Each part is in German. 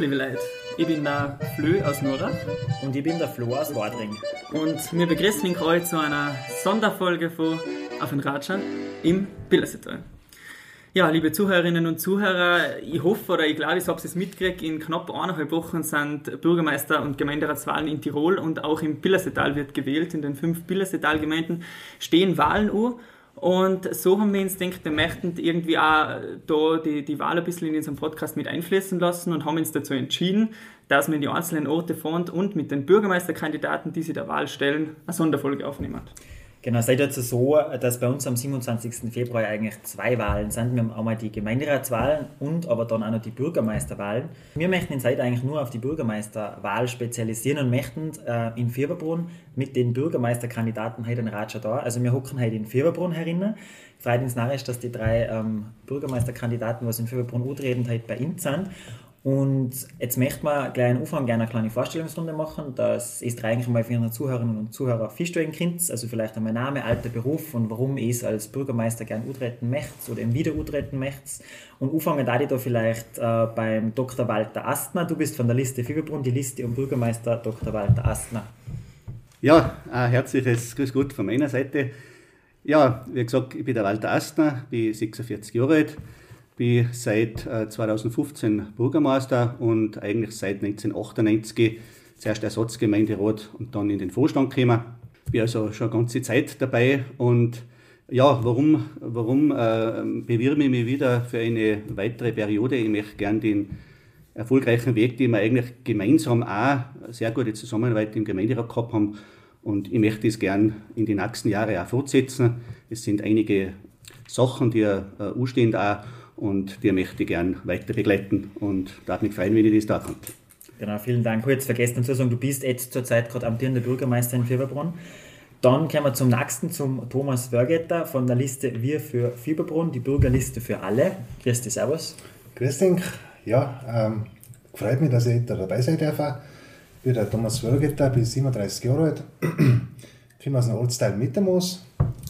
liebe Leute. Ich bin der Flö aus Nurach. Und ich bin der Flo aus Wadring. Und wir begrüßen euch zu einer Sonderfolge von Auf den Ratscher im Pillersetal. Ja, liebe Zuhörerinnen und Zuhörer, ich hoffe oder ich glaube, ich habe es mitgekriegt, in knapp 1,5 Wochen sind Bürgermeister- und Gemeinderatswahlen in Tirol und auch im Pillersetal wird gewählt. In den 5 Pillersetal-Gemeinden stehen Wahlen an. Und so haben wir uns gedacht, wir möchten irgendwie auch da die Wahl ein bisschen in unserem Podcast mit einfließen lassen und haben uns dazu entschieden, dass wir in die einzelnen Orte fahren und mit den Bürgermeisterkandidaten, die sich der Wahl stellen, eine Sonderfolge aufnehmen. Genau, es ist jetzt so, dass bei uns am 27. Februar eigentlich 2 Wahlen sind. Wir haben einmal die Gemeinderatswahlen und aber dann auch noch die Bürgermeisterwahlen. Wir möchten uns heute eigentlich nur auf die Bürgermeisterwahl spezialisieren und möchten in Fieberbrunn mit den Bürgermeisterkandidaten heute den Ratscher da. Also wir hocken heute in Fieberbrunn herinnen. Freut uns narrisch, dass die 3 Bürgermeisterkandidaten, was in Fieberbrunn antreten, heute bei uns sind. Und jetzt möchten wir gleich am Anfang gerne eine kleine Vorstellungsrunde machen. Das ist eigentlich mal für unsere Zuhörerinnen und Zuhörer feststellen könnt. Also vielleicht einmal Name, Alter, Beruf und warum ich es als Bürgermeister gerne antreten möchte oder wieder antreten möchte. Und anfangen da vielleicht beim Dr. Walter Astner. Du bist von der Liste Fieberbrunn, die Liste um Bürgermeister Dr. Walter Astner. Ja, ein herzliches Grüß Gott von meiner Seite. Ja, wie gesagt, ich bin der Walter Astner, bin 46 Jahre alt. Bin seit 2015 Bürgermeister und eigentlich seit 1998 zuerst Ersatzgemeinderat und dann in den Vorstand gekommen. Bin also schon eine ganze Zeit dabei und ja, warum bewirbe ich mich wieder für eine weitere Periode? Ich möchte gerne den erfolgreichen Weg, den wir eigentlich gemeinsam auch eine sehr gute Zusammenarbeit im Gemeinderat gehabt haben und ich möchte es gerne in die nächsten Jahre auch fortsetzen. Es sind einige Sachen, die anstehen auch, und die möchte ich gerne weiter begleiten und darf mich freuen, wenn ich das da kann. Genau, vielen Dank. Kurz vergessen zu sagen, du bist jetzt zurzeit gerade amtierender Bürgermeister in Fieberbrunn. Dann kommen wir zum nächsten, zum Thomas Wörgetter von der Liste Wir für Fieberbrunn, die Bürgerliste für alle. Grüß dich, servus. Grüß dich. Ja, freut mich, dass ich da dabei sein darf. Ich bin der Thomas Wörgetter, bin 37 Jahre alt, komme aus dem Ortsteil Mittermoos.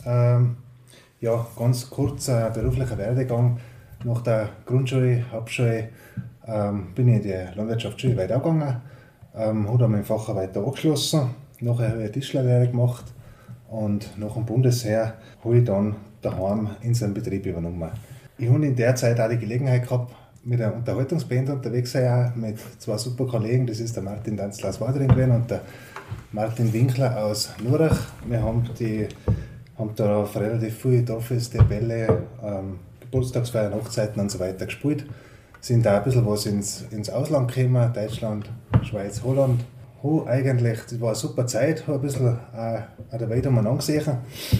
Ja, ganz kurz beruflicher Werdegang. Nach der Grundschule, Hauptschule bin ich in die Landwirtschaftsschule Weidau gegangen, habe dann meinen Facharbeiter angeschlossen, nachher habe ich eine Tischlerlehre gemacht und nach dem Bundesheer habe ich dann daheim in so einen Betrieb übernommen. Ich habe in der Zeit auch die Gelegenheit gehabt, mit einer Unterhaltungsband unterwegs zu sein, mit 2 super Kollegen, das ist der Martin Danzler aus Wadring gewesen und der Martin Winkler aus Nurach. Wir haben da auf relativ viele Dorffeste, Bälle, Geburtstagsfeiern, Hochzeiten und so weiter gespielt. Sind da ein bisschen was ins Ausland gekommen, Deutschland, Schweiz, Holland. Das war eine super Zeit, habe ein bisschen an der Welt angesehen.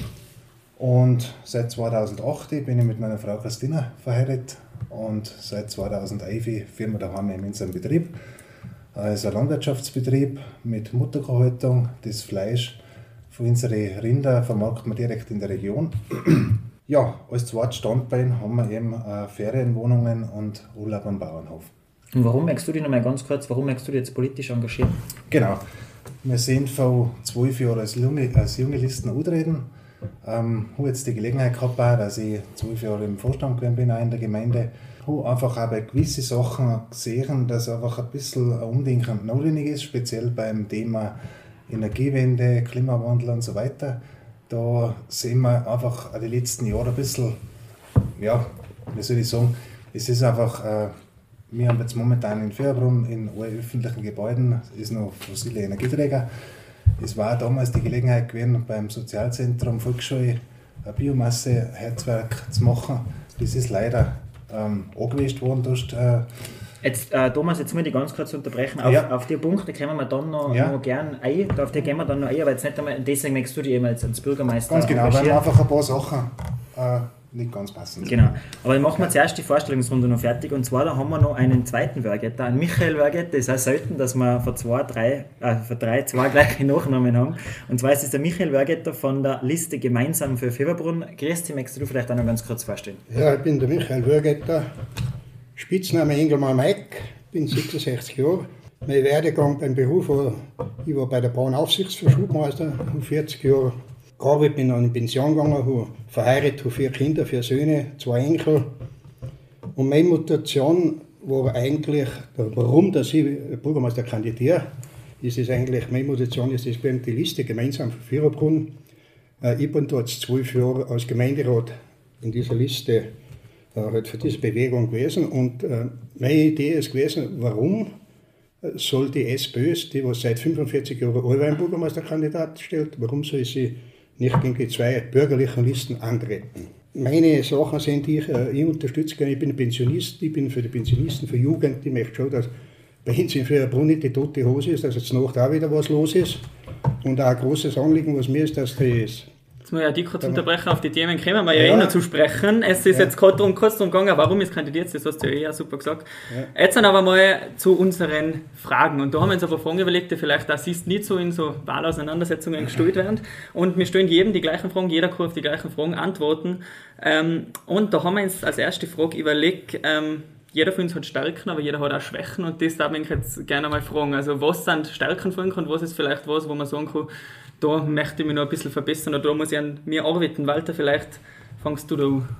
Und seit 2008 bin ich mit meiner Frau Christina verheiratet und seit 2011 führen wir daheim in unserem Betrieb. Es ist ein Landwirtschaftsbetrieb mit Mutterkuhhaltung. Das Fleisch von unseren Rinder vermarkten wir direkt in der Region. Ja, als zweites Standbein haben wir eben Ferienwohnungen und Urlaub am Bauernhof. Und warum möchtest du dich noch mal ganz kurz, warum möchtest du dich jetzt politisch engagieren? Genau, wir sind vor 12 Jahren als junge Listen angetreten. Habe jetzt die Gelegenheit gehabt, dass ich 12 Jahre im Vorstand gewesen bin in der Gemeinde. Habe einfach auch bei gewissen Sachen gesehen, dass einfach ein bisschen ein Umdenken notwendig ist, speziell beim Thema Energiewende, Klimawandel und so weiter. Da sehen wir einfach die letzten Jahre ein bisschen, ja, wie soll ich sagen, es ist einfach, wir haben jetzt momentan in Fieberbrunn in allen öffentlichen Gebäuden, ist noch fossile Energieträger. Es war damals die Gelegenheit gewesen, beim Sozialzentrum Volksschule ein Biomasse-Herzwerk zu machen. Das ist leider angewischt worden durch Jetzt, Thomas, jetzt muss ich ganz kurz unterbrechen. Auf die Punkte kommen wir dann noch gerne ein. Auf die gehen wir dann noch ein, aber jetzt nicht einmal, deswegen möchtest du dich eben als Bürgermeister ganz genau, weil einfach ein paar Sachen nicht ganz passen. Genau, aber dann machen wir zuerst die Vorstellungsrunde noch fertig. Und zwar, da haben wir noch einen zweiten Wörgetter, einen Michael Wörgetter. Es ist auch selten, dass wir von zwei gleiche Nachnamen haben. Und zwar ist es der Michael Wörgetter von der Liste Gemeinsam für Fieberbrunn. Grüß dich, möchtest du vielleicht auch noch ganz kurz vorstellen? Ja, ich bin der Michael Wörgetter. Spitzname Engelmann Mike, bin 66 Jahre. Mein Werdegang beim Beruf war, ich war bei der Bauernaufsichtsverschubmeister, 40 Jahre gearbeitet, bin dann in Pension gegangen, habe verheiratet, habe 4 Kinder, 4 Söhne, 2 Enkel. Und meine Motivation war eigentlich, warum dass ich Bürgermeister kandidiere, ist es eigentlich, meine Motivation ist, es die Liste gemeinsam für Viererbrunn. Ich bin dort 12 Jahre als Gemeinderat in dieser Liste halt für diese Bewegung gewesen. Und meine Idee ist gewesen, warum soll die SPÖ, die was seit 45 Jahren allweil einen Bürgermeisterkandidat stellt, warum soll sie nicht gegen die zwei bürgerlichen Listen antreten? Meine Sachen sind, ich unterstütze gerne, ich bin Pensionist, ich bin für die Pensionisten, für Jugend, ich möchte schon, dass bei uns in Viererbrunn nicht die tote Hose ist, dass jetzt noch da wieder was los ist. Und auch ein großes Anliegen, was mir ist, dass das Jetzt muss ich ja die kurz unterbrechen, auf die Themen kommen wir ja eh noch zu sprechen. Es ist jetzt kurz darum gegangen, warum ist kandidiert, das hast du ja super gesagt. Ja. Jetzt dann aber mal zu unseren Fragen. Und da haben wir uns aber Fragen überlegt, die vielleicht auch siehst nicht so in so Wahlauseinandersetzungen gestellt werden. Und wir stellen jedem die gleichen Fragen, jeder kann auf die gleichen Fragen antworten. Und da haben wir uns als erste Frage überlegt, jeder von uns hat Stärken, aber jeder hat auch Schwächen und das darf ich jetzt gerne mal fragen. Also was sind Stärken von uns und was ist vielleicht was, wo man sagen kann, da möchte ich mich noch ein bisschen verbessern oder da muss ich an mir arbeiten. Walter, vielleicht fängst du da an.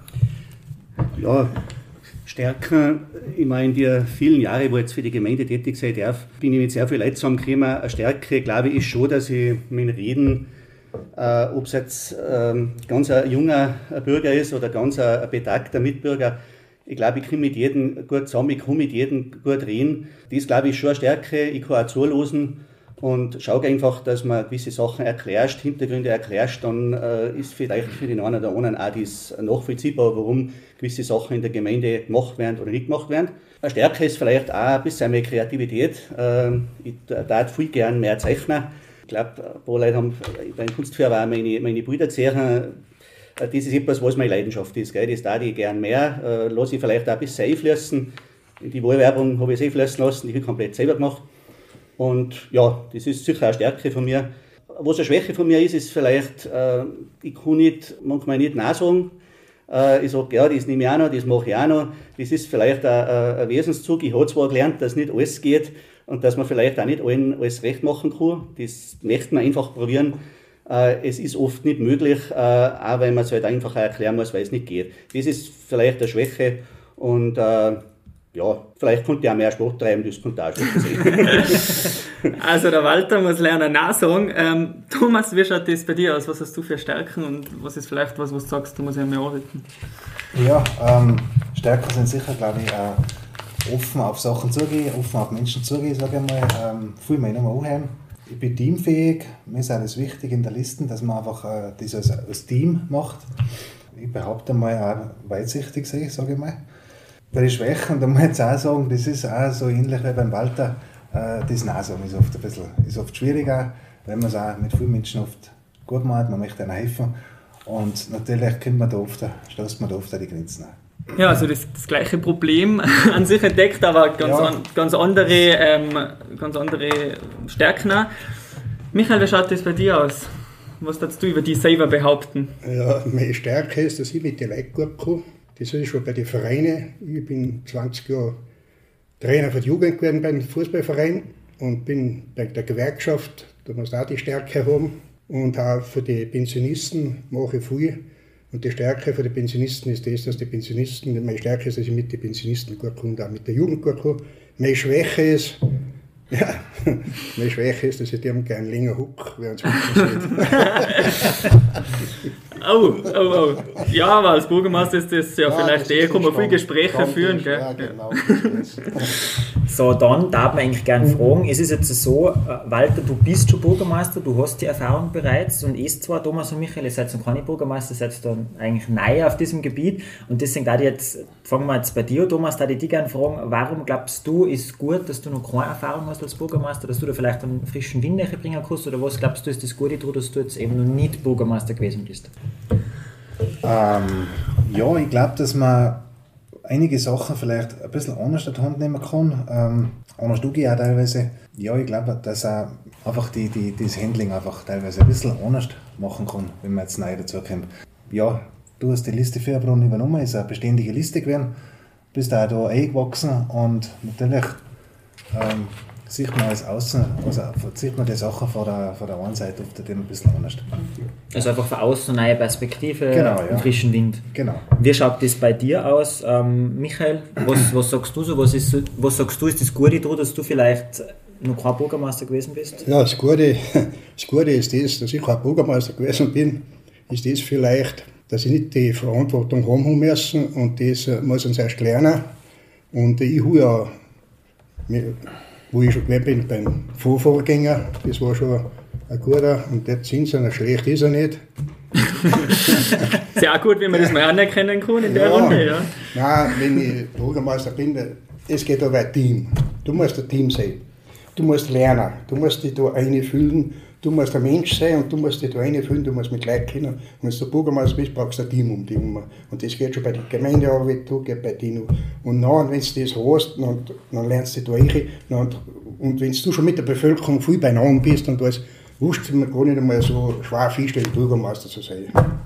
Ja, Stärken, ich meine, die vielen Jahre, wo ich jetzt für die Gemeinde tätig sein darf, bin ich mit sehr viel Leuten zusammengekommen. Eine Stärke, glaube ich, ist schon, dass ich mit Reden, ob es jetzt ganz ein junger Bürger ist oder ganz ein betagter Mitbürger, ich glaube, ich komme mit jedem gut zusammen, ich kann mit jedem gut reden. Das ist, glaube ich, schon eine Stärke. Ich kann auch zuhören und schaue einfach, dass man gewisse Sachen erklärst, Hintergründe erklärst, dann ist vielleicht für den einen oder anderen auch das nachvollziehbar, warum gewisse Sachen in der Gemeinde gemacht werden oder nicht gemacht werden. Eine Stärke ist vielleicht auch ein bisschen mehr Kreativität. Ich darf viel gern mehr zeichnen. Ich glaube, ein paar Leute haben beim Kunstfeuerwehr meine Bilder gesehen. Das ist etwas, was meine Leidenschaft ist. Gell? Das darf ich gern mehr. Lasse ich vielleicht auch ein bisschen einfließen. Die Wahlwerbung habe ich einfließen lassen, die habe ich komplett selber gemacht. Und ja, das ist sicher eine Stärke von mir. Was eine Schwäche von mir ist, ist vielleicht, ich kann manchmal nicht Nein sagen. Ich sage, ja, das nehme ich auch noch, das mache ich auch noch. Das ist vielleicht ein Wesenszug. Ich habe zwar gelernt, dass nicht alles geht und dass man vielleicht auch nicht allen alles recht machen kann. Das möchte man einfach probieren. Es ist oft nicht möglich, auch weil man es halt einfach erklären muss, weil es nicht geht. Das ist vielleicht eine Schwäche und ja, vielleicht könnte er mehr Sport treiben, das könnte auch Schwäche sein. Also der Walter muss lernen, Nein sagen. Thomas, wie schaut das bei dir aus? Was hast du für Stärken und was ist vielleicht was du sagst, du musst ja mehr arbeiten? Ja, Stärken sind sicher, glaube ich, offen auf Sachen zugehen, offen auf Menschen zugehen, sage ich mal, viel mehr nochmal anhören. Ich bin teamfähig, mir ist alles wichtig in der Liste, dass man einfach das als Team macht. Ich behaupte mal auch weitsichtig sehe, sage ich mal. Bei den Schwächen, da muss ich jetzt auch sagen, das ist auch so ähnlich wie beim Walter, das Nein-Sagen ist oft schwieriger, weil man es auch mit vielen Menschen oft gut macht, man möchte ihnen helfen und natürlich stößt man da oft an die Grenzen an. Ja, also das gleiche Problem an sich entdeckt, aber ganz andere Stärken auch. Michael, wie schaut das bei dir aus? Was darfst du über dich selber behaupten? Ja, meine Stärke ist, dass ich mit den Leuten gut komme. Das ist schon bei den Vereinen. Ich bin 20 Jahre Trainer für die Jugend geworden beim Fußballverein und bin bei der Gewerkschaft, da muss auch die Stärke haben. Und auch für die Pensionisten mache ich viel. Und die Stärke für die Pensionisten ist das, dass die Pensionisten, meine Stärke ist, dass ich mit den Pensionisten gut komme und auch mit der Jugend gut komme. Meine Schwäche ist, dass ich dem gerne länger huck, während es Oh. Ja, aber als Bürgermeister ist das ja vielleicht kann man viele Gespräche führen. Gell? Ja, genau. So, dann darf man eigentlich gerne fragen, es ist jetzt so, Walter, du bist schon Bürgermeister, du hast die Erfahrung bereits und ist zwar Thomas und Michael, ihr seid noch keine Bürgermeister, seid dann eigentlich neu auf diesem Gebiet und deswegen fangen wir jetzt bei dir, Thomas, da ich dich gerne fragen, warum glaubst du, ist gut, dass du noch keine Erfahrung hast als Bürgermeister, dass du da vielleicht einen frischen Wind bringen kannst oder was glaubst du, ist das Gute daran, dass du jetzt eben noch nicht Bürgermeister gewesen bist? Ja, ich glaube, dass man einige Sachen vielleicht ein bisschen anders in die Hand nehmen kann. Anders tue ich auch teilweise. Ja, ich glaube, dass auch einfach das Handling einfach teilweise ein bisschen anders machen kann, wenn man jetzt neu dazu kommt. Ja, du hast die Liste Viererbrunn übernommen, ist eine beständige Liste gewesen, bist auch da eingewachsen und natürlich sieht man als Außen, also sieht man die Sachen von der einen Seite oft ein bisschen anders. Also einfach von außen eine neue Perspektive, Genau, ja. frischen Wind. Genau. Wie schaut das bei dir aus, Michael? Was sagst du so? Was sagst du, ist das Gute daran, dass du vielleicht noch kein Bürgermeister gewesen bist? Ja, das Gute ist das, dass ich kein Bürgermeister gewesen bin, ist das vielleicht, dass ich nicht die Verantwortung haben müssen und das muss uns erst lernen. Und ich habe ja, wo ich schon gewesen bin, beim Vorvorgänger, das war schon ein guter und der Zinsen, schlecht ist er nicht. Sehr gut, wie man das mal anerkennen kann in der Runde. Ja. Nein, wenn ich Bürgermeister bin, es geht aber ein Team. Du musst ein Team sein. Du musst lernen, du musst dich da einfühlen, du musst ein Mensch sein und du musst dich da einfühlen, du musst mit Leuten kennen. Und wenn du Bürgermeister bist, brauchst du ein Team um dich herum. Und das geht schon bei der Gemeindearbeit, das geht bei dir noch. Und dann, wenn du das hast, dann lernst du da rein. Und wenn du schon mit der Bevölkerung viel beieinander bist, dann wusste ich mir gar nicht einmal so schwer feststellen, Bürgermeister zu sein.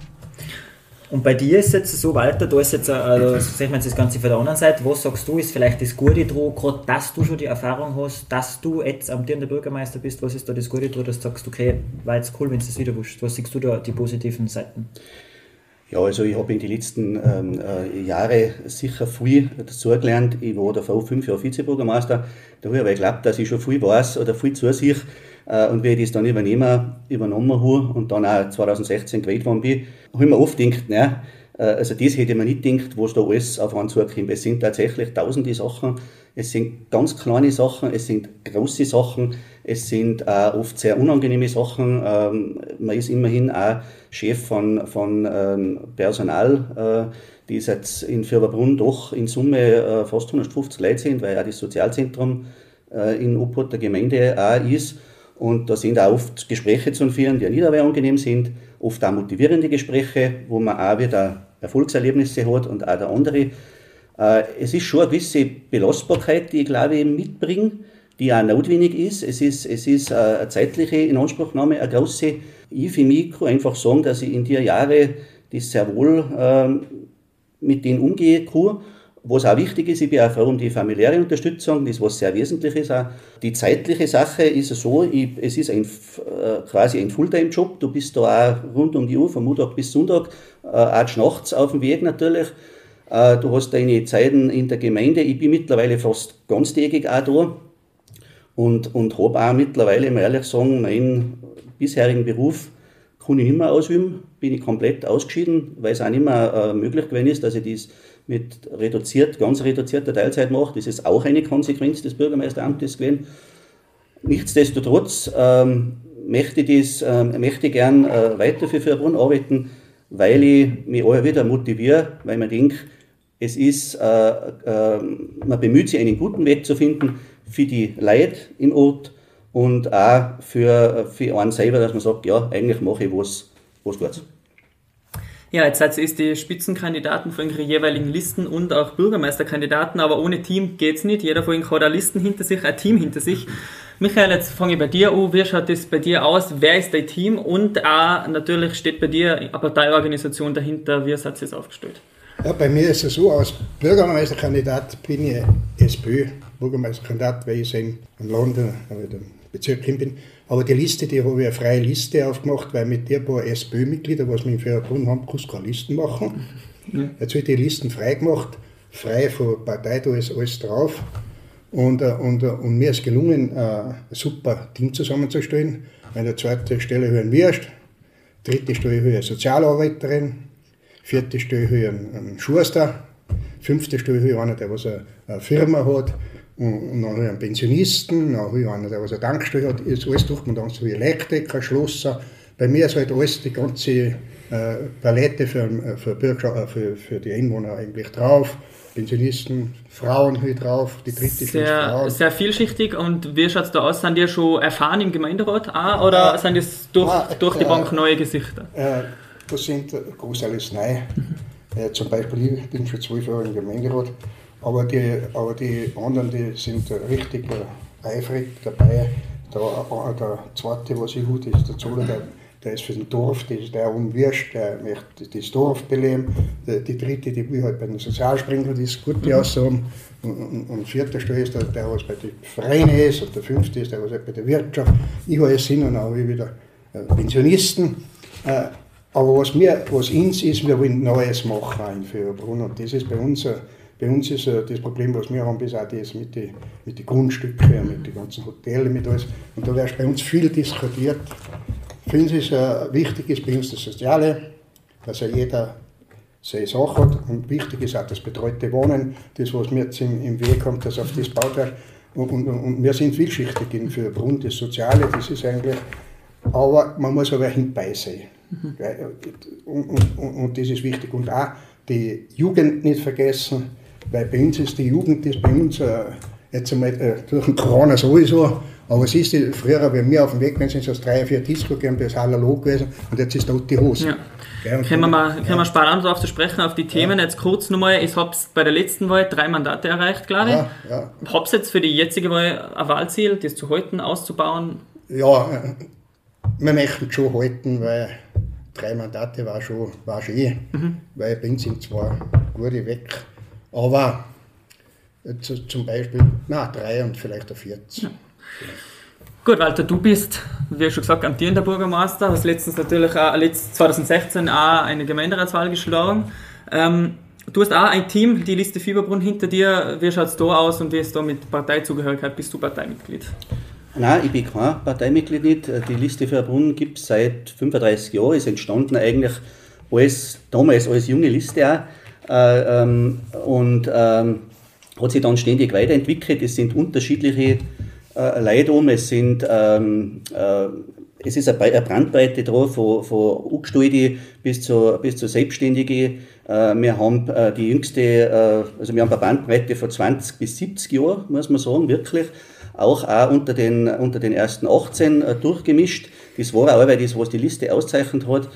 Und bei dir ist es jetzt so, Walter, da ist jetzt, also sehen wir jetzt das Ganze von der anderen Seite, was sagst du, ist vielleicht das Gute daran, gerade dass du schon die Erfahrung hast, dass du jetzt amtierender Bürgermeister bist, was ist da das Gute daran, dass du sagst, okay, war jetzt cool, wenn du das wieder wusstest, was siehst du da, die positiven Seiten? Ja, also ich habe in den letzten Jahren sicher viel dazugelernt. Ich war davor 5 Jahre Vizebürgermeister, da habe ich aber geglaubt, dass ich schon viel weiß oder viel zusehe. Und wie ich das dann übernommen habe und dann auch 2016 gewählt worden bin, habe ich mir oft gedacht, nein, also das hätte ich mir nicht gedacht, was da alles auf einen zukommt. Es sind tatsächlich tausende Sachen, es sind ganz kleine Sachen, es sind große Sachen, es sind auch oft sehr unangenehme Sachen. Man ist immerhin auch Chef von Personal, die jetzt in Fürwerbrunn doch in Summe fast 150 Leute sind, weil auch das Sozialzentrum in Obhut der Gemeinde auch ist. Und da sind auch oft Gespräche zu führen, die nicht aber angenehm sind, oft auch motivierende Gespräche, wo man auch wieder Erfolgserlebnisse hat und auch der andere. Es ist schon eine gewisse Belastbarkeit, die ich glaube ich mitbringe, die auch notwendig ist. Es ist eine zeitliche Inanspruchnahme, eine grosse. Ich für mich kann einfach sagen, dass ich in den Jahren das sehr wohl mit denen umgehen kann. Was auch wichtig ist, ich bin auch froh um die familiäre Unterstützung, das was sehr wesentlich ist auch. Die zeitliche Sache ist so, es ist quasi ein Fulltime-Job, du bist da auch rund um die Uhr, von Montag bis Sonntag, auch nachts auf dem Weg natürlich. Du hast deine Zeiten in der Gemeinde, ich bin mittlerweile fast ganztägig auch da und habe auch mittlerweile, mal ehrlich sagen, meinen bisherigen Beruf kann ich nicht mehr ausüben, bin ich komplett ausgeschieden, weil es auch nicht mehr möglich gewesen ist, dass ich das mit ganz reduzierter Teilzeit mache. Das ist auch eine Konsequenz des Bürgermeisteramtes gewesen. Nichtsdestotrotz möchte ich gern weiter für Fürwerbrunn arbeiten, weil ich mich auch wieder motiviere, weil man denkt, man bemüht sich, einen guten Weg zu finden für die Leute im Ort und auch für einen selber, dass man sagt, ja, eigentlich mache ich was Gutes. Ja, jetzt seid ihr die Spitzenkandidaten von ihren jeweiligen Listen und auch Bürgermeisterkandidaten, aber ohne Team geht es nicht. Jeder von ihnen hat eine Listen hinter sich, ein Team hinter sich. Michael, jetzt fange ich bei dir an. Wie schaut das bei dir aus? Wer ist dein Team? Und auch natürlich steht bei dir eine Parteiorganisation dahinter. Wie seid ihr es aufgestellt? Ja, bei mir ist es so, als Bürgermeisterkandidat bin ich SPÖ-Bürgermeisterkandidat, weil ich im Land, im Bezirk hin bin. Aber die Liste, die habe ich eine freie Liste aufgemacht, weil mit der paar SPÖ-Mitglieder, was wir in Fürwerbrunn haben, kannst du keine Listen machen. Jetzt habe ich die Listen frei gemacht, frei von Partei, da ist alles drauf. Und mir ist gelungen, ein super Team zusammenzustellen. An der zweiten Stelle habe ich einen Wirst, dritte Stelle habe ich eine Sozialarbeiterin, vierte Stelle habe ich einen Schuster, fünfte Stelle habe ich einen, der was eine Firma hat. Und dann habe ich einen Pensionisten, dann habe ich einen, der eine Tankstelle hat, ist alles durch, man dann so wie Elektriker, Schlosser. Bei mir ist halt alles, die ganze Palette für die Einwohner eigentlich drauf. Pensionisten, Frauen habe ich drauf, die dritte Stelle Frauen. Sehr vielschichtig. Und wie schaut es da aus? Sind die schon erfahren im Gemeinderat auch, oder sind das durch die Bank neue Gesichter? Das sind großteils neu. Zum Beispiel, ich bin schon 12 Jahre im Gemeinderat. Aber die anderen, die sind richtig eifrig dabei. Der zweite, was ich habe, ist der Zoller, der ist für den Dorf, das ist der umwirft, der möchte das Dorf beleben. Die dritte, die will halt bei den Sozialsprinkeln das Gute aussagen. Und vierter Stelle ist der, was bei den Vereinen ist, und der fünfte ist der, was halt bei der Wirtschaft. Ich habe es sind und dann habe ich wieder Pensionisten. Aber was uns ist, wir wollen Neues machen in Fürbrunn. Und das ist bei uns ist das Problem, was wir haben, ist auch das mit den Grundstücken, mit den ganzen Hotels, mit alles. Und da wird bei uns viel diskutiert. Für uns ist wichtig ist bei uns das Soziale, dass ja jeder seine Sache hat. Und wichtig ist auch das betreute Wohnen, das, was wir jetzt im Weg haben, dass auf das gebaut wird. Und wir sind vielschichtig in Fürbrunn, das Soziale, das ist eigentlich, aber man muss aber hinbeißen. Und das ist wichtig. Und auch die Jugend nicht vergessen, weil bei uns ist die Jugend, das bei uns jetzt einmal durch den Corona sowieso, aber es ist früher, wenn wir auf dem Weg sind, so 3 oder 4 Disco gegeben, das ist analog gewesen und jetzt ist dort die Hose. Ja. Können wir sparen darauf zu sprechen, auf die Themen. Jetzt kurz nochmal, ich habe bei der letzten Wahl 3 Mandate erreicht, glaube ich. Ja. Habt ihr jetzt für die jetzige Wahl ein Wahlziel, das zu halten, auszubauen? Ja, wir möchten schon halten, weil 3 Mandate war schon weil bei uns sind zwar gute weg, aber zum Beispiel 3 und vielleicht ein 40. Ja. Gut, Walter, du bist, wie schon gesagt, amtierender Bürgermeister, hast letztens natürlich 2016 auch eine Gemeinderatswahl geschlagen. Du hast auch ein Team, die Liste Fieberbrunn hinter dir. Wie schaut es da aus und wie ist da mit Parteizugehörigkeit? Bist du Parteimitglied? Nein, ich bin kein Parteimitglied nicht. Die Liste Fieberbrunn gibt es seit 35 Jahren, ist entstanden eigentlich damals als junge Liste auch. Und hat sich dann ständig weiterentwickelt. Es sind unterschiedliche Leute es ist eine Bandbreite da, von Angestellten bis zu Selbstständigen. Wir haben die jüngste, wir haben eine Bandbreite von 20 bis 70 Jahren, muss man sagen, wirklich. Auch unter den ersten 18 durchgemischt. Das war auch, weil das, was die Liste auszeichnet hat,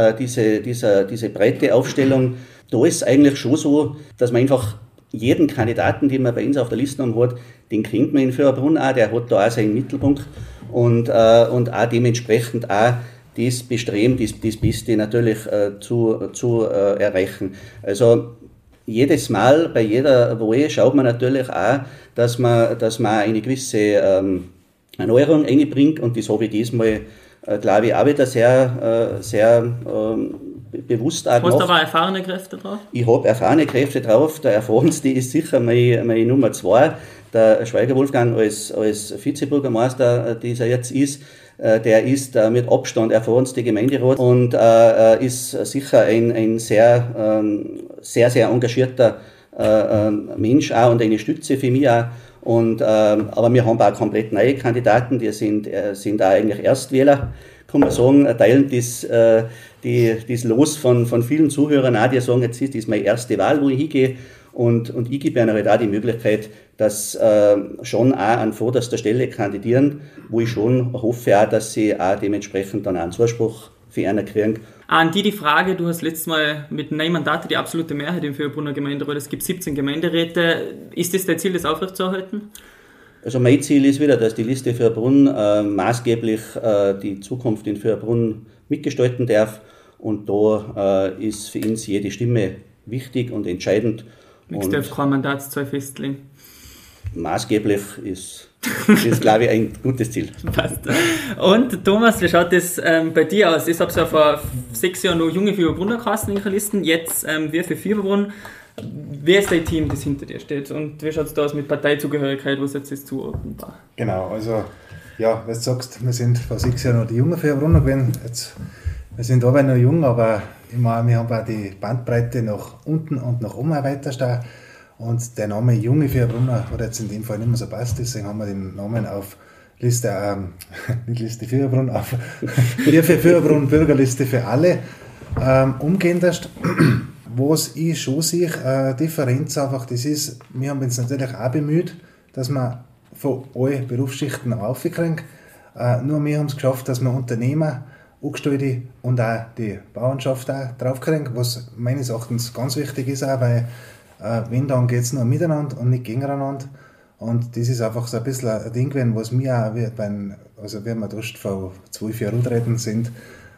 diese breite Aufstellung. Da ist es eigentlich schon so, dass man einfach jeden Kandidaten, den man bei uns auf der Liste hat, den kennt man in Fürbrunn auch, der hat da auch seinen Mittelpunkt und auch dementsprechend auch das Bestreben, das Beste natürlich zu erreichen. Also jedes Mal, bei jeder Wahl schaut man natürlich auch, dass man eine gewisse Erneuerung einbringt und das habe ich diesmal, glaube ich, auch wieder sehr bewusst auch gemacht. Hast du aber erfahrene Kräfte drauf? Ich habe erfahrene Kräfte drauf. Der erfahrenste ist sicher meine Nummer 2, der Schweiger Wolfgang als Vizebürgermeister, dieser jetzt ist. Der ist mit Abstand erfahrenste Gemeinderat und ist sicher ein sehr, sehr engagierter Mensch auch und eine Stütze für mich auch. Aber wir haben auch komplett neue Kandidaten, die sind auch eigentlich Erstwähler, kann man sagen, teilen das Los von vielen Zuhörern auch, die sagen, jetzt ist das meine erste Wahl, wo ich hingehe. Und ich gebe ihnen halt auch die Möglichkeit, dass schon auch an vorderster Stelle kandidieren, wo ich schon hoffe, auch, dass sie auch dementsprechend dann auch einen Zuspruch für einen kriegen. An die Frage, du hast letztes Mal mit 9 Mandaten die absolute Mehrheit im Fürbrunner Gemeinderat, es gibt 17 Gemeinderäte. Ist das dein Ziel, das aufrechtzuerhalten? Also mein Ziel ist wieder, dass die Liste Fürbrunn maßgeblich die Zukunft in Fürbrunn mitgestalten darf. Und da ist für uns jede Stimme wichtig und entscheidend. Ich darf kein Mandatszahl festlegen. Maßgeblich ist glaube ich, ein gutes Ziel. Passt. Und Thomas, wie schaut das bei dir aus? Ich habe ja vor 6 Jahren noch junge Fieberbrunner Kasten in der Liste, jetzt wir für Fieberbrunn. Wer ist dein Team, das hinter dir steht? Und wie schaut es da aus mit Parteizugehörigkeit, was jetzt ist zuordnenbar? Genau, also ja, was du sagst, wir sind vor 6 Jahren noch die jungen Fieberbrunner gewesen. Wir sind aber noch jung, aber ich meine, wir haben auch die Bandbreite nach unten und nach oben weiter. Und der Name Junge Fieberbrunner hat jetzt in dem Fall nicht mehr so passt, deswegen haben wir den Namen auf Liste, nicht Liste Fieberbrunn, auf Wir für Fieberbrunn, Bürgerliste für alle umgehen lässt. Was ich schon sehe, Differenz einfach, das ist, wir haben uns natürlich auch bemüht, dass wir von allen Berufsschichten aufkriegen. Nur wir haben es geschafft, dass wir Unternehmer, Angestellte und auch die Bauernschaft auch draufkriegen, was meines Erachtens ganz wichtig ist, auch, weil wenn, dann geht es nur miteinander und nicht gegeneinander. Und das ist einfach so ein bisschen ein Ding gewesen, was mir auch, wenn wir dort vor 12 Jahren drin sind,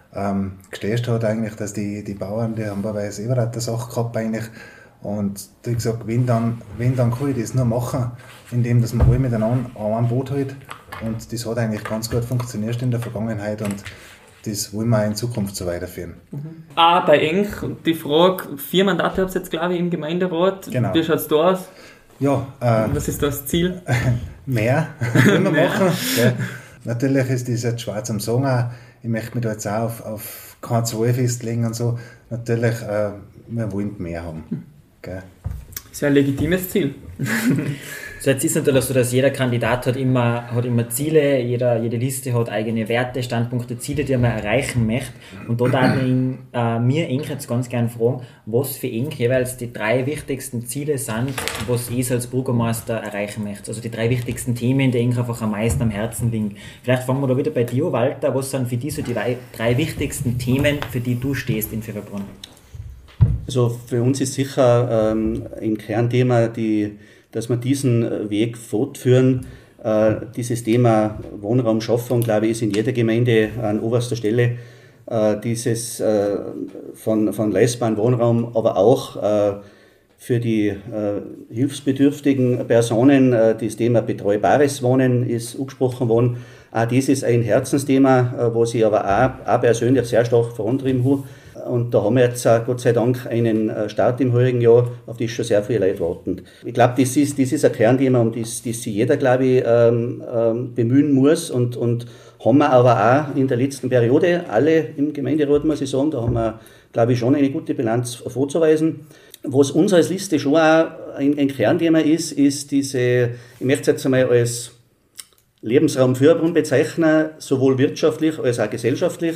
gestehst hat eigentlich, dass die Bauern, die haben bei überall eine Sache gehabt eigentlich. Und wie gesagt, wenn dann kann ich das nur machen, indem dass man alle miteinander an einem Boot hält. Und das hat eigentlich ganz gut funktioniert in der Vergangenheit und das wollen wir auch in Zukunft so weiterführen. Bei Ench die Frage, 4 Mandate habt ihr jetzt, glaube ich, im Gemeinderat. Genau. Wie schaut es da aus? Ja, was ist das Ziel? Mehr wollen wir machen. Ja. Natürlich ist das jetzt schwer zum Sagen auch. Ich möchte mich da jetzt auch auf keine Zahl festlegen und so. Natürlich, wir wollen mehr haben. Gell? Ist ja ein legitimes Ziel. So, jetzt ist natürlich so, dass jeder Kandidat hat immer Ziele, jede Liste hat eigene Werte, Standpunkte, Ziele, die man erreichen möchte. Und da darf ich mir Ench jetzt ganz gerne fragen, was für Ench jeweils die 3 wichtigsten Ziele sind, was ich als Bürgermeister erreichen möchte. Also die 3 wichtigsten Themen, die Ench einfach am meisten am Herzen liegen. Vielleicht fangen wir da wieder bei dir, Walter. Was sind für dich so die 3 wichtigsten Themen, für die du stehst in Pfefferbrunn? Also für uns ist sicher ein Kernthema, dass wir diesen Weg fortführen. Dieses Thema Wohnraumschaffung, glaube ich, ist in jeder Gemeinde an oberster Stelle. Dieses von leistbaren Wohnraum, aber auch für die hilfsbedürftigen Personen, das Thema betreubares Wohnen ist angesprochen worden. Auch das ist ein Herzensthema, wo ich aber auch persönlich sehr stark vorantrieben habe. Und da haben wir jetzt Gott sei Dank einen Start im heurigen Jahr, auf das schon sehr viele Leute warten. Ich glaube, das ist ein Kernthema, um das sich jeder, glaube ich, bemühen muss. Und haben wir aber auch in der letzten Periode, alle im Gemeinderat, muss ich sagen, da haben wir, glaube ich, schon eine gute Bilanz vorzuweisen. Was uns als Liste schon auch ein Kernthema ist diese, ich möchte es jetzt einmal als Lebensraum Pfefferbrunn bezeichnen, sowohl wirtschaftlich als auch gesellschaftlich.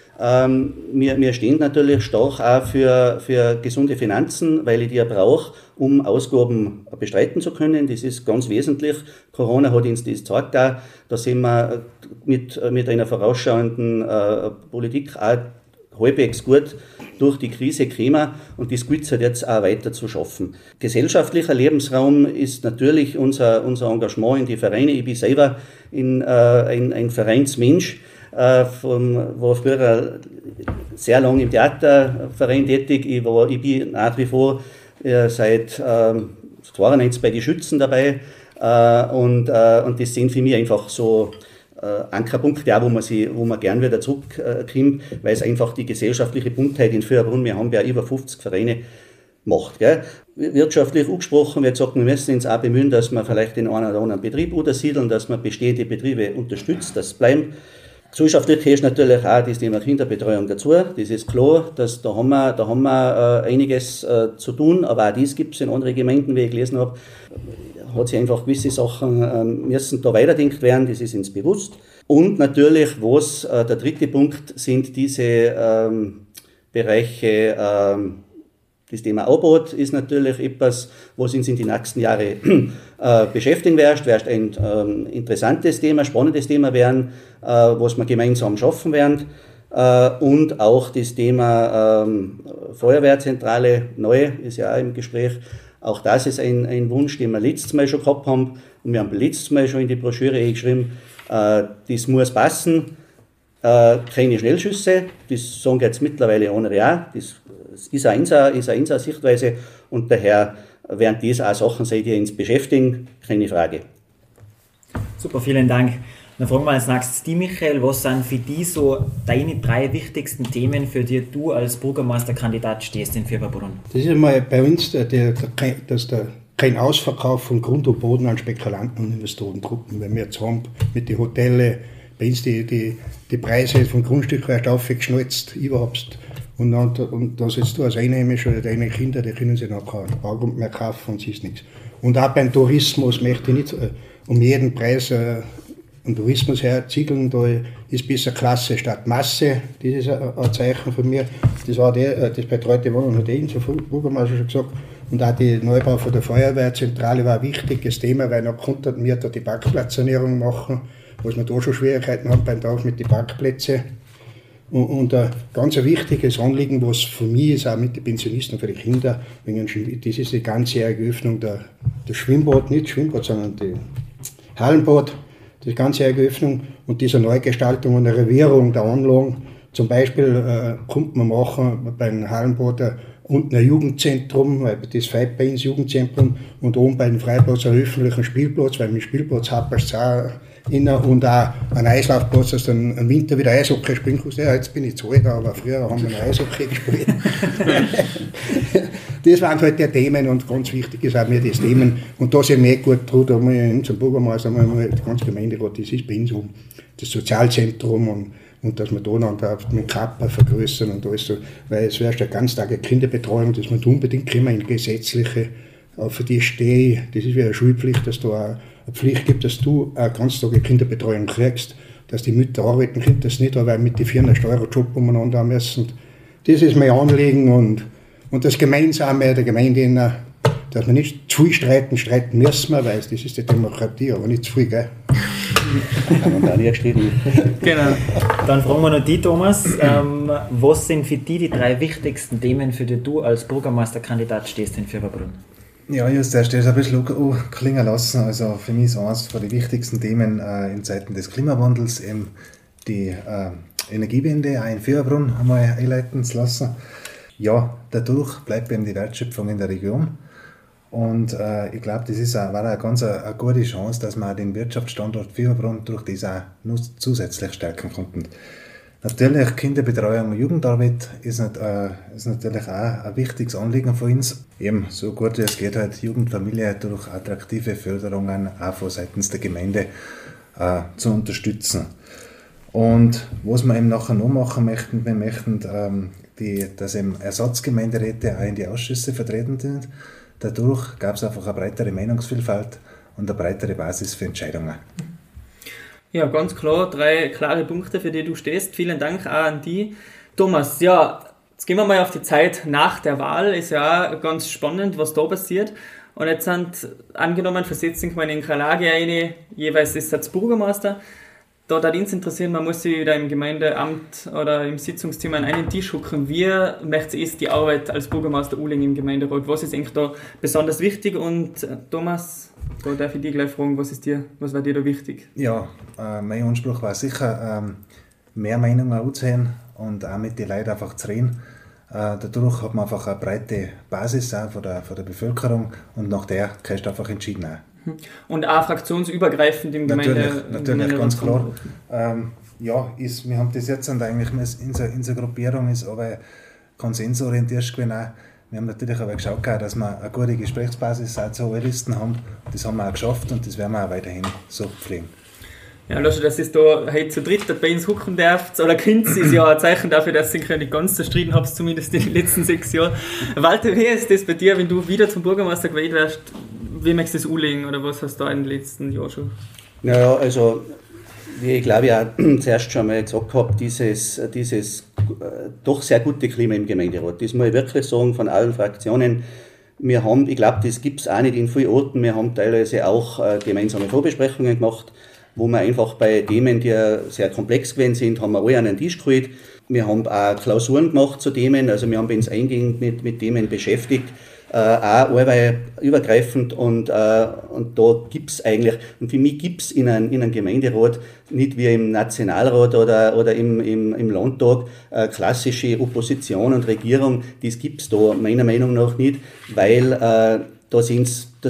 Wir stehen natürlich stark auch für gesunde Finanzen, weil ich die ja brauche, um Ausgaben bestreiten zu können. Das ist ganz wesentlich. Corona hat uns das gezeigt. Da sind wir mit einer vorausschauenden Politik auch halbwegs gut durch die Krise gekommen und das gilt es halt jetzt auch weiter zu schaffen. Gesellschaftlicher Lebensraum ist natürlich unser Engagement in die Vereine. Ich bin selber ein Vereinsmensch. War früher sehr lange im Theaterverein tätig. Ich bin nach wie vor seit 92 bei den Schützen dabei. Und das sind für mich einfach so Ankerpunkte, auch, wo man gern wieder zurückkommt, weil es einfach die gesellschaftliche Buntheit in Pfefferbrunn, wir haben ja über 50 Vereine, macht. Gell? Wirtschaftlich angesprochen, wir gesagt, wir müssen uns auch bemühen, dass wir vielleicht den einen oder anderen Betrieb untersiedeln, dass man bestehende Betriebe unterstützt, dass es bleibt. Gesellschaftlich ist natürlich auch das Thema Kinderbetreuung dazu. Das ist klar, dass da haben wir einiges zu tun, aber auch das gibt es in anderen Gemeinden, wie ich gelesen habe. Hat sich einfach gewisse Sachen müssen da weiterdenkt werden, das ist uns bewusst. Und natürlich, der dritte Punkt sind diese Bereiche. Das Thema Anbot ist natürlich etwas, was uns in die nächsten Jahre beschäftigen wird ein interessantes Thema, spannendes Thema werden, was wir gemeinsam schaffen werden. Und auch das Thema Feuerwehrzentrale neu ist ja auch im Gespräch. Auch das ist ein Wunsch, den wir letztes Mal schon gehabt haben. Und wir haben letztes Mal schon in die Broschüre geschrieben, das muss passen. Keine Schnellschüsse, das sagen jetzt mittlerweile andere auch. Das ist eine Sichtweise und daher werden dies auch Sachen sein, die uns beschäftigen, keine Frage. Super, vielen Dank. Dann fragen wir als nächstes die Michael, was sind für dich so deine 3 wichtigsten Themen, für die du als Bürgermeisterkandidat stehst in Pfefferbrunn? Das ist einmal bei uns, kein Ausverkauf von Grund und Boden an Spekulanten und Investorengruppen, weil wir jetzt haben mit den Hotels, bei uns die Preise vom Grundstück erst aufgeschnalzt, überhaupt. Und da sitzt du als Einheimischer oder deine Kinder, die können sich noch keinen Baugrund mehr kaufen und es ist nichts. Und auch beim Tourismus möchte ich nicht um jeden Preis einen Tourismus herziegeln, da ist besser Klasse statt Masse, das ist ein Zeichen von mir. Das war das betreute Wohnen, hat unser Bürgermeister schon gesagt. Und auch der Neubau von der Feuerwehrzentrale war ein wichtiges Thema, weil noch konnten wir da die Parkplatzsanierung machen, was wir da schon Schwierigkeiten haben beim Tag mit den Parkplätzen. Und ein ganz wichtiges Anliegen, was für mich ist, auch mit den Pensionisten, für die Kinder, das ist die ganzjährige Öffnung der Schwimmbad, nicht Schwimmbad, sondern die Hallenbad, die ganzjährige Öffnung und diese Neugestaltung und Renovierung der Anlagen, Zum Beispiel konnte man machen beim Hallenboden unten ein Jugendzentrum, weil das fällt bei uns Jugendzentrum, und oben bei dem Freiplatz einen öffentlichen Spielplatz, weil mit dem Spielplatz hat man es auch innen, und auch einen Eislaufplatz, dass du dann im Winter wieder Eishockey spielen kannst. Ja, jetzt bin ich zu alt, aber früher haben wir noch Eishockey gespielt. Das waren halt die Themen, und ganz wichtig ist auch mir das Themen. Und da sind wir gut dran, da haben wir zum Bürgermeister, die ganze Gemeinderat, das ist bei uns um das Sozialzentrum, und dass wir da dann mit Kappa vergrößern und alles so, weil es wäre eine ganztägige Kinderbetreuung, dass wir da unbedingt kommen in gesetzliche, für die stehe ich, das ist wie eine Schulpflicht, dass da eine Pflicht gibt, dass du eine ganztägige Kinderbetreuung kriegst, dass die Mütter arbeiten können, dass nicht, weil mit den Firmen einen Steuerjob umeinander haben müssen. Das ist mein Anliegen, und das Gemeinsame der Gemeinde, dass wir nicht zu viel streiten müssen wir, weil das ist die Demokratie, aber nicht zu viel, gell? Und auch nicht gestritten. Genau. Dann fragen wir noch die, Thomas, was sind für dich die 3 wichtigsten Themen, für die du als Bürgermeisterkandidat stehst in Fürwabrunn? Ja, just erst ein bisschen klingen lassen. Also für mich ist eines von den wichtigsten Themen in Zeiten des Klimawandels eben die Energiewende auch in Fürwabrunn einmal einleiten zu lassen. Ja, dadurch bleibt eben die Wertschöpfung in der Region. Und ich glaube, das war eine ganz eine gute Chance, dass wir den Wirtschaftsstandort Fürwabrunn durch das auch noch zusätzlich stärken konnten. Natürlich, Kinderbetreuung und Jugendarbeit ist natürlich auch ein wichtiges Anliegen von uns. Eben so gut wie es geht, halt Jugendfamilie durch attraktive Förderungen auch von seitens der Gemeinde zu unterstützen. Und was wir eben nachher noch machen möchten, wir möchten, dass eben Ersatzgemeinderäte auch in die Ausschüsse vertreten sind. Dadurch gab es einfach eine breitere Meinungsvielfalt und eine breitere Basis für Entscheidungen. Ja, ganz klar, 3 klare Punkte, für die du stehst. Vielen Dank auch an die. Thomas, ja, jetzt gehen wir mal auf die Zeit nach der Wahl. Ist ja auch ganz spannend, was da passiert. Und jetzt sind, angenommen, versetzen wir in keine Lage eine, jeweils ist es Bürgermeister. Da würde uns interessieren, man muss sich wieder im Gemeindeamt oder im Sitzungszimmer an einen Tisch hucken. Wie möchte es die Arbeit als Bürgermeister Uhling im Gemeinderat? Was ist eigentlich da besonders wichtig? Und Thomas, da darf ich dich gleich fragen, was war dir da wichtig? Ja, mein Anspruch war sicher, mehr Meinungen anzuhören und auch mit den Leuten einfach zu reden. Dadurch hat man einfach eine breite Basis auch von der Bevölkerung, und nach der kannst du einfach entschieden auch. Und auch fraktionsübergreifend im Gemeinderat. Natürlich, ganz klar. Ja, wir haben das jetzt, und eigentlich unsere Gruppierung ist aber konsensorientiert gewesen auch. Wir haben natürlich aber geschaut, dass wir eine gute Gesprächsbasis auch zu hohen Listen haben. Das haben wir auch geschafft, und das werden wir auch weiterhin so pflegen. Ja, Lasche, dass es da heute zu dritt bei uns hucken darf, oder könnt, ist ja ein Zeichen dafür, dass ich nicht ganz zerstritten habe, zumindest in den letzten 6 Jahren. Walter, wie ist das bei dir, wenn du wieder zum Bürgermeister gewählt wirst? Wie möchtest du das anlegen, oder was hast du da in den letzten Jahren schon? Naja, also, wie ich glaube, ja zuerst schon mal gesagt habe, dieses doch sehr gute Klima im Gemeinderat, das muss ich wirklich sagen, von allen Fraktionen. Wir haben, ich glaube, das gibt es auch nicht in vielen Orten, wir haben teilweise auch gemeinsame Vorbesprechungen gemacht, wo wir einfach bei Themen, die sehr komplex gewesen sind, haben wir alle an den Tisch geholt. Wir haben auch Klausuren gemacht zu Themen, also wir haben uns eingehend mit Themen beschäftigt, auch übergreifend, und da gibt es eigentlich, und für mich gibt es in einem Gemeinderat nicht wie im Nationalrat oder im Landtag klassische Opposition und Regierung, das gibt es da meiner Meinung nach nicht, weil da sind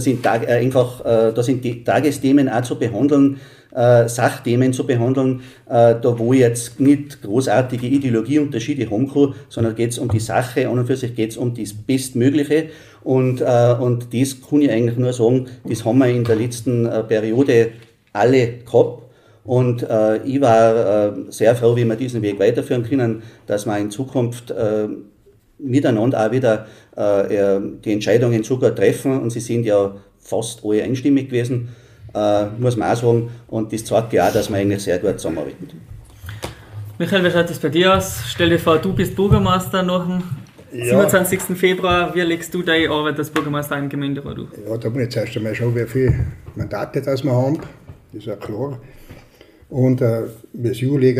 die Tagesthemen auch zu behandeln, Sachthemen zu behandeln, da wo ich jetzt nicht großartige Ideologieunterschiede haben kann, sondern geht es um die Sache, an und für sich geht es um das Bestmögliche, und das kann ich eigentlich nur sagen, das haben wir in der letzten Periode alle gehabt, und ich war sehr froh, wie wir diesen Weg weiterführen können, dass wir in Zukunft miteinander auch wieder die Entscheidungen sogar treffen, und sie sind ja fast alle einstimmig gewesen, muss man auch sagen, und das zeigt ja auch, dass wir eigentlich sehr gut zusammenarbeiten. Michael, wie schaut das bei dir aus? Stell dir vor, du bist Bürgermeister nach dem 27. Februar. Wie legst du deine Arbeit als Bürgermeister im Gemeinderat durch? Ja, da muss ich zuerst einmal schauen, wie viele Mandate das wir haben, das ist ja klar. Und ich lege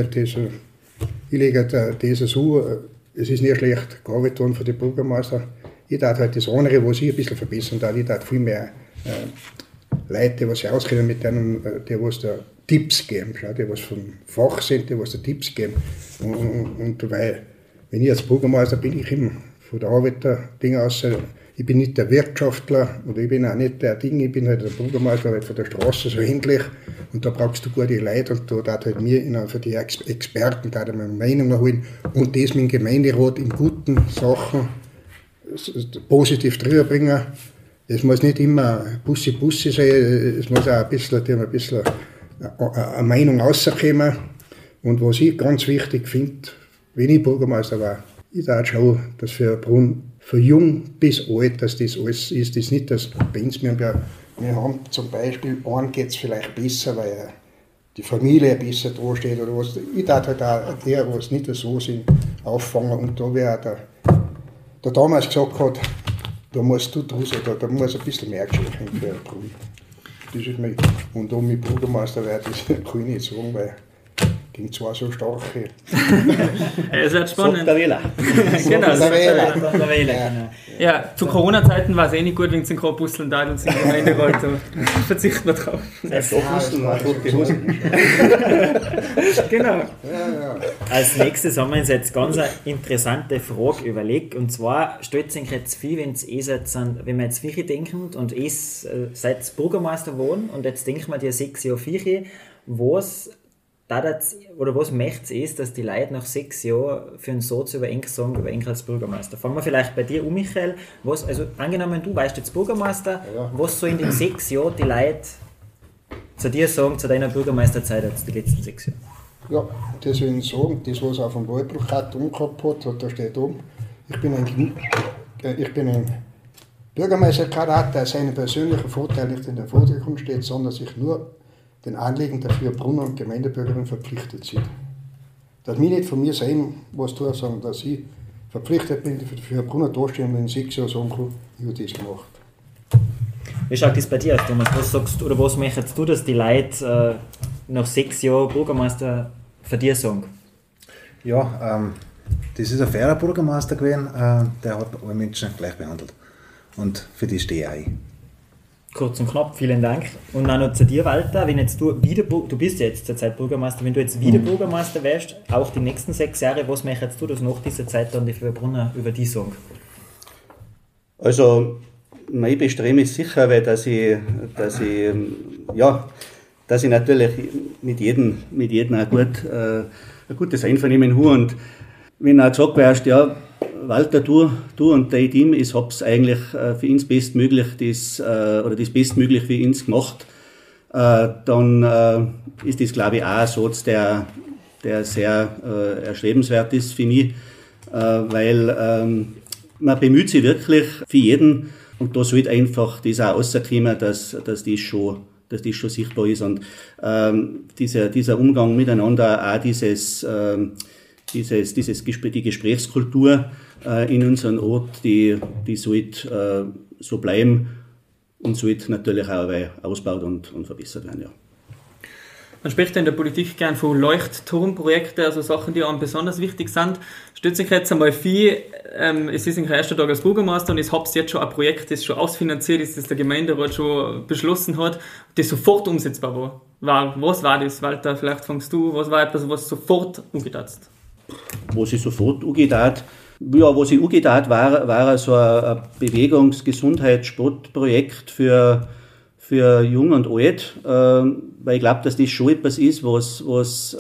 das so, es ist nicht schlecht gearbeitet von den Bürgermeister. Ich darf halt das andere, was ich ein bisschen verbessern darf, ich darf viel mehr Leute, die sich auskennen mit denen, die was da Tipps geben, schau, die was vom Fach sind, die was da Tipps geben. Und weil, wenn ich als Bürgermeister bin, ich immer von der Arbeiter-Ding aus, ich bin nicht der Wirtschaftler und ich bin auch nicht der Ding, ich bin halt der Bürgermeister halt von der Straße, so endlich. Und da brauchst du gute Leute und da darf halt mir für die Experten da meine Meinung holen und das mit dem Gemeinderat in guten Sachen positiv drüber bringen. Es muss nicht immer Bussi sein, es muss auch ein bisschen eine Meinung rauskommen. Und was ich ganz wichtig finde, wenn ich Bürgermeister war, ich darf schauen, dass für Brunn, von jung bis alt, dass das alles ist. Das ist nicht das bei uns. Wir haben zum Beispiel, einem geht es vielleicht besser, weil die Familie besser dasteht oder was. Ich darf halt auch die, was nicht so sind, auffangen. Und da wäre der damals gesagt hat, da musst du draus, da muss ein bisschen mehr geschehen für Brunn. Das ist mir, und um mich Bürgermeister werde, das kann ich nicht sagen, weil gegen zwei so starke. Es wird spannend. Der Wähler. Genau. Der Wähler. Ja, zu Corona-Zeiten war es eh nicht gut, wenn es in gerade Busseln da und in der Gemeinderat. Verzichten wir drauf. Genau. Ja. Als nächstes haben wir uns jetzt ganz eine interessante Frage überlegt. Und zwar stellt sich jetzt viel, wenn wir jetzt Vieche denken und seit Bürgermeister geworden und jetzt denken wir dir 6 Jahre Vieche, was möchte es, dass die Leute nach 6 Jahren für einen Satz über Enk sagen, über Enk als Bürgermeister? Fangen wir vielleicht bei dir Michael. Angenommen, du weißt jetzt Bürgermeister, was so in den 6 Jahren die Leute zu dir sagen, zu deiner Bürgermeisterzeit jetzt die letzten 6 Jahre? Ja, das will ich sagen, das was auf dem Wahlplakat umgehabt hat, da steht oben, ich bin ein Bürgermeisterkandidat, der seinen persönlichen Vorteil nicht in der Vordergrund steht, sondern sich nur den Anliegen der Brunner und Gemeindebürgerinnen verpflichtet sind. Dass wir nicht von mir sein, was tun, sondern dass ich verpflichtet bin, für Brunner dastehen und in 6 Jahren sagen kann, ich habe das gemacht. Wie schaut das bei dir aus, Thomas? Was sagst du, oder was möchtest du, dass die Leute nach 6 Jahren Bürgermeister für dir sagen? Ja, das ist ein fairer Bürgermeister gewesen, der hat alle Menschen gleich behandelt. Und für die stehe ich ein. Kurz und knapp, vielen Dank. Und auch noch zu dir, Walter, wenn jetzt du bist jetzt zurzeit Bürgermeister, wenn du jetzt wieder Bürgermeister wärst, auch die nächsten 6 Jahre, was möchtest du, dass nach dieser Zeit dann die Brunner über dich sagen? Also, mein Bestreben ist sicher, weil dass ich natürlich mit jedem ein gutes Einvernehmen habe. Und wenn auch gesagt wärst, ja, Walter, du und dein Team, ich habe es eigentlich für uns bestmöglich das Bestmögliche für uns gemacht, dann ist das, glaube ich, auch ein Satz, der sehr erstrebenswert ist für mich, weil man bemüht sich wirklich für jeden und da sollte einfach das auch rauskommen, dass das schon sichtbar ist und dieser Umgang miteinander, auch die Gesprächskultur in unserem Ort, die sollte so bleiben und sollte natürlich auch ausgebaut und verbessert werden. Ja. Man spricht in der Politik gern von Leuchtturmprojekten, also Sachen, die einem besonders wichtig sind. Stellt sich jetzt einmal viel, es ist in der ersten Tag als Bürgermeister und ich habe jetzt schon ein Projekt, das schon ausfinanziert ist, das der Gemeinderat schon beschlossen hat, das sofort umsetzbar war. Was war das, Walter? Vielleicht fängst du, was war etwas, was sofort umgesetzt? Was ich sofort angetan war so ein Bewegungs-, Gesundheits-, Sportprojekt für Jung und Alt, weil ich glaube, dass das schon etwas ist, was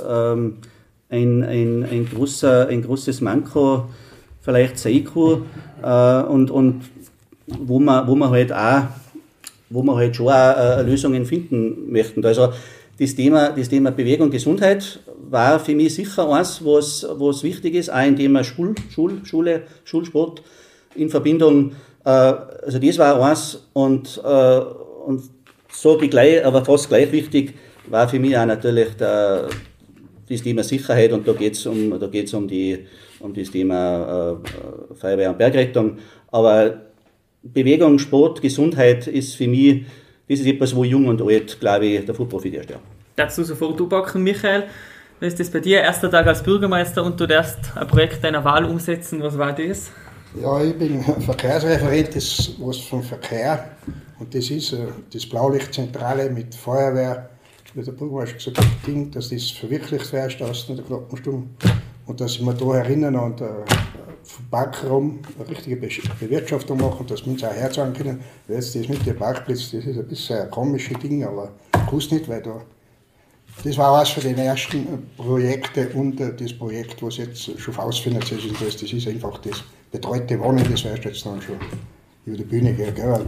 ein großes Manko vielleicht sein kann und wo man halt schon auch Lösungen finden möchten. Also das Thema Bewegung und Gesundheit war für mich sicher eins, was wichtig ist, auch in Thema Schulsport in Verbindung, also das war eins und so aber fast gleich wichtig war für mich auch natürlich das Thema Sicherheit und da geht's um das Thema Feuerwehr und Bergrettung, aber Bewegung, Sport, Gesundheit ist für mich, das ist etwas, wo Jung und Alt, glaube ich, davon profitiert. Ja. Darfst du sofort anpacken, Michael? Wie ist das bei dir? Erster Tag als Bürgermeister und du darfst ein Projekt deiner Wahl umsetzen. Was war das? Ja, ich bin Verkehrsreferent, das was vom Verkehr Und das ist das Blaulichtzentrale mit Feuerwehr, wie der Bürgermeister gesagt hat, Ding, dass das verwirklicht wird, aus der knappen Stunde. Und dass ich mir da erinnern und vom Park herum eine richtige Bewirtschaftung machen, dass wir uns auch herzagen können. Weil jetzt das mit dem Parkplatz, das ist ein bisschen ein komisches Ding, aber ich wusste nicht, weil das war eines von den ersten Projekten und das Projekt, was jetzt schon ausfinanziert ist. Das ist einfach das betreute Wohnen, das wirst du jetzt dann schon über die Bühne gehen. Gell?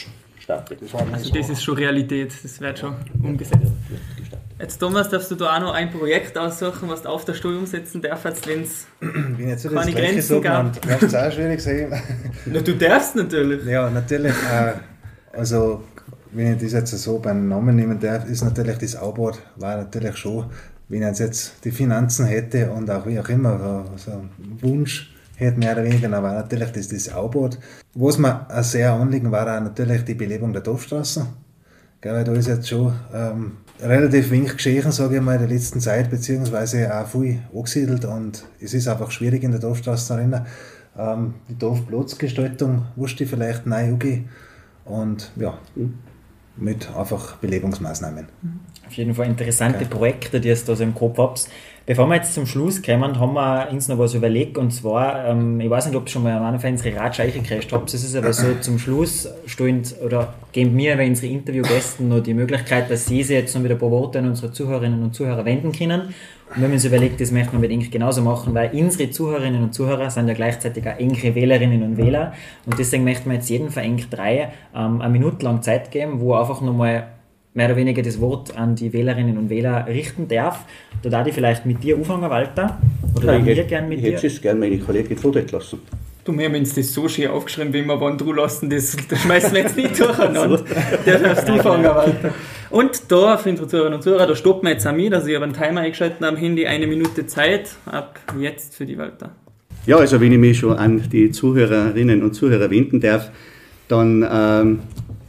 Das ist schon Realität, das wird schon umgesetzt. Jetzt, Thomas, darfst du da auch noch ein Projekt aussuchen, was du auf der Stuhl umsetzen darfst, wenn es keine Grenzen gab? Das ist auch schwierig sehen. Na, du darfst natürlich. Ja, natürlich. Also, wenn ich das jetzt so beim Namen nehmen darf, ist natürlich das Aufbot, war natürlich schon, wenn ich jetzt die Finanzen hätte und auch wie auch immer so einen Wunsch hätte, mehr oder weniger, dann war natürlich das Aufbot. Was mir ein sehr Anliegen war, auch natürlich die Belebung der Dorfstraßen. Weil da ist jetzt schon relativ wenig geschehen, sage ich mal, in der letzten Zeit, beziehungsweise auch viel angesiedelt und es ist einfach schwierig in der Dorfstraße zu erinnern. Die Dorfplatzgestaltung musste vielleicht neu angehen und ja, mit einfach Belebungsmaßnahmen. Auf jeden Fall interessante Projekte, die ihr da so im Kopf habt. Bevor wir jetzt zum Schluss kommen, haben wir uns noch was überlegt, und zwar, ich weiß nicht, ob ihr schon mal am Anfang unsere Ratscheiche gekriegt habt, das ist aber so, zum Schluss geben mir bei unseren Interviewgästen noch die Möglichkeit, dass sie sich jetzt noch wieder ein paar Worte an unsere Zuhörerinnen und Zuhörer wenden können. Und wir haben uns überlegt, das möchten wir unbedingt genauso machen, weil unsere Zuhörerinnen und Zuhörer sind ja gleichzeitig auch enge Wählerinnen und Wähler, und deswegen möchten wir jetzt jedem verengt 3 eine Minute lang Zeit geben, wo einfach nochmal mehr oder weniger das Wort an die Wählerinnen und Wähler richten darf. Da darf ich vielleicht mit dir anfangen, Walter. Oder Nein, wir gerne mit dir? Ich hätte es gerne meine Kollegin vortreten lassen. Du, wir haben uns das so schön aufgeschrieben, wie wir wollen drüber lassen, das schmeißen wir jetzt nicht durcheinander. Der darfst du fangen, Walter. Und da, für unsere Zuhörerinnen und Zuhörer, da stoppen wir jetzt an mich, dass ich habe einen Timer eingeschaltet am Handy, 1 Minute Zeit, ab jetzt für die Walter. Ja, also wenn ich mich schon an die Zuhörerinnen und Zuhörer wenden darf, dann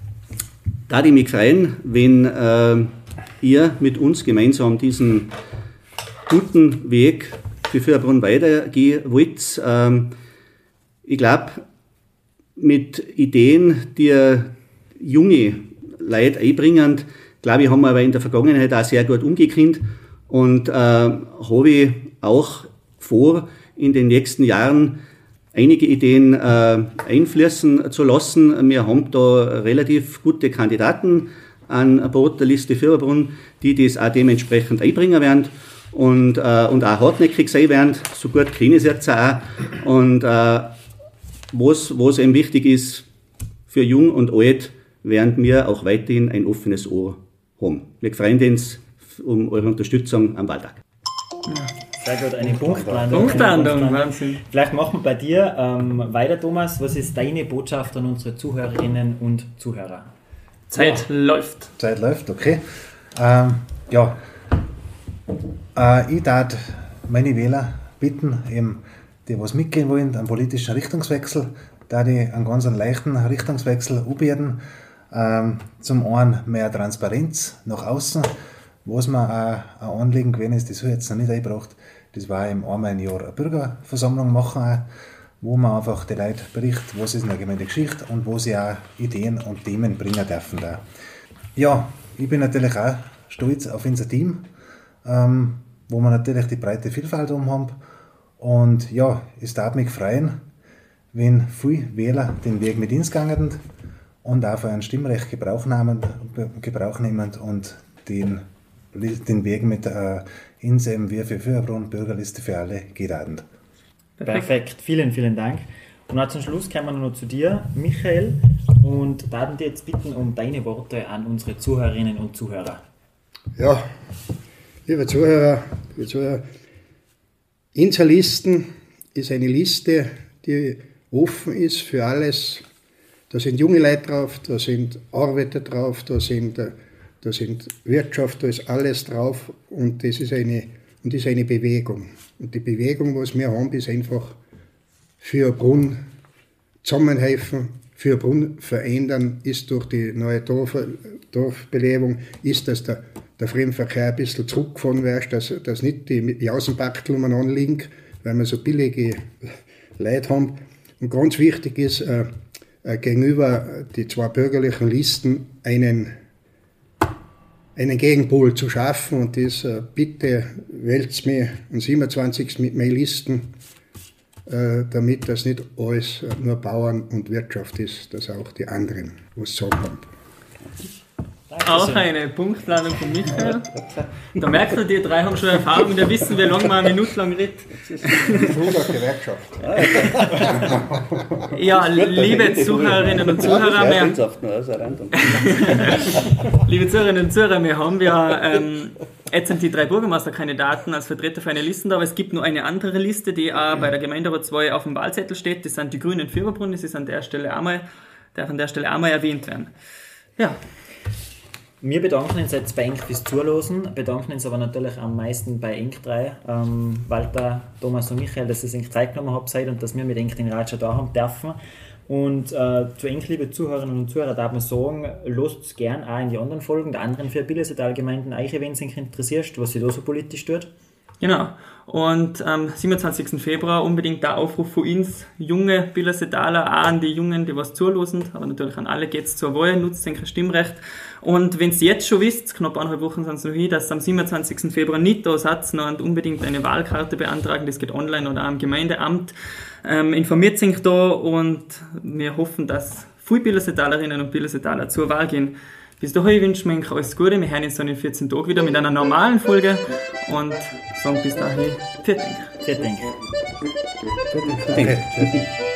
da ich mich freuen, wenn ihr mit uns gemeinsam diesen guten Weg für Fürbrunn weitergehen wollt. Ich glaube, mit Ideen, die junge Leute einbringen, glaube ich, haben wir aber in der Vergangenheit auch sehr gut umgekehrt und habe ich auch vor, in den nächsten Jahren einige Ideen einfließen zu lassen. Wir haben da relativ gute Kandidaten an Bord der Liste Fürbrunn, die das auch dementsprechend einbringen werden und auch hartnäckig sein werden. So gut kenne ich es jetzt auch. Und was eben wichtig ist, für Jung und Alt werden wir auch weiterhin ein offenes Ohr haben. Wir freuen uns um eure Unterstützung am Wahltag. Ja. Sehr gut, eine Punktlandung. Wahnsinn. Vielleicht machen wir bei dir weiter, Thomas. Was ist deine Botschaft an unsere Zuhörerinnen und Zuhörer? Zeit läuft. Zeit läuft, okay. Ich darf meine Wähler bitten, eben, die was mitgehen wollen, einen politischen Richtungswechsel, da die einen ganz leichten Richtungswechsel anbieten. Zum einen mehr Transparenz nach außen, was mir auch ein Anliegen gewesen ist, das habe ich jetzt noch nicht eingebracht. Das war im einmal im Jahr eine Bürgerversammlung machen, wo man einfach die Leute berichtet, was ist in der Gemeindegeschichte und wo sie auch Ideen und Themen bringen dürfen. Da. Ja, ich bin natürlich auch stolz auf unser Team, wo wir natürlich die breite Vielfalt haben. Und ja, es darf mich freuen, wenn viele Wähler den Weg mit uns gegangen und auch für ein Stimmrecht Gebrauch nehmen und den Weg mit uns eben wir für Fürbrunn, Bürgerliste für alle geraten. Perfekt, vielen, vielen Dank. Und auch zum Schluss kommen wir noch zu dir, Michael, und würden dir jetzt bitten um deine Worte an unsere Zuhörerinnen und Zuhörer. Ja, liebe Zuhörer, Inserlisten ist eine Liste, die offen ist für alles. Da sind junge Leute drauf, da sind Arbeiter drauf, da sind Wirtschaft, da ist alles drauf, und das ist eine Bewegung. Und die Bewegung, was wir haben, ist einfach Fürbrunn zusammenhelfen, Fürbrunn verändern, ist durch die neue Dorfbelebung, ist, dass der Fremdenverkehr ein bisschen zurückgefahren wird, dass nicht die Jausenbachtel umeinander liegen, weil wir so billige Leute haben. Und ganz wichtig ist, gegenüber die zwei bürgerlichen Listen einen Gegenpol zu schaffen und das bitte wählt mir am 27. mit mehr Listen, damit das nicht alles nur Bauern und Wirtschaft ist, dass auch die anderen was zu sagen haben. Auch eine Punktladung von Michael. Da merkt man, die drei haben schon Erfahrung, die wissen, wie lange man eine Minute lang redet. Gewerkschaft. Ja, liebe Zuhörerinnen und Zuhörer, wir haben ja jetzt sind die drei Bürgermeisterkandidaten als Vertreter für eine Liste da, aber es gibt nur eine andere Liste, die auch bei der Gemeinderat 2 auf dem Wahlzettel steht. Das sind die Grünen Fürberbrunn, das ist an der Stelle einmal erwähnt werden. Ja. Wir bedanken uns jetzt bei Enk fürs Zuhören, bedanken uns aber natürlich am meisten bei Enk 3, Walter, Thomas und Michael, dass ihr sich Zeit genommen habt und dass wir mit Enk den Ratscher da haben dürfen. Und zu Enk, liebe Zuhörerinnen und Zuhörer, darf man sagen, lasst es gern auch in die anderen Folgen der anderen vier Billersetal-Gemeinden euch, wenn es euch interessiert, was sich da so politisch tut. Genau. Und am 27. Februar unbedingt der Aufruf von uns, junge Billersetaler, auch an die Jungen, die was zuhören, aber natürlich an alle, geht's zur Wahl, nutzt ein Stimmrecht. Und wenn ihr jetzt schon wisst, knapp 1,5 Wochen sind es noch hin, dass am 27. Februar nicht da seid und unbedingt eine Wahlkarte beantragen, das geht online oder auch am Gemeindeamt, informiert euch da und wir hoffen, dass viele Billersetalerinnen und Billersetaler zur Wahl gehen. Bis dahin wünschen wir euch alles Gute. Wir hören uns dann in 14 Tagen wieder mit einer normalen Folge und sagen bis dahin, vielen Dank. Vielen Dank. Danke.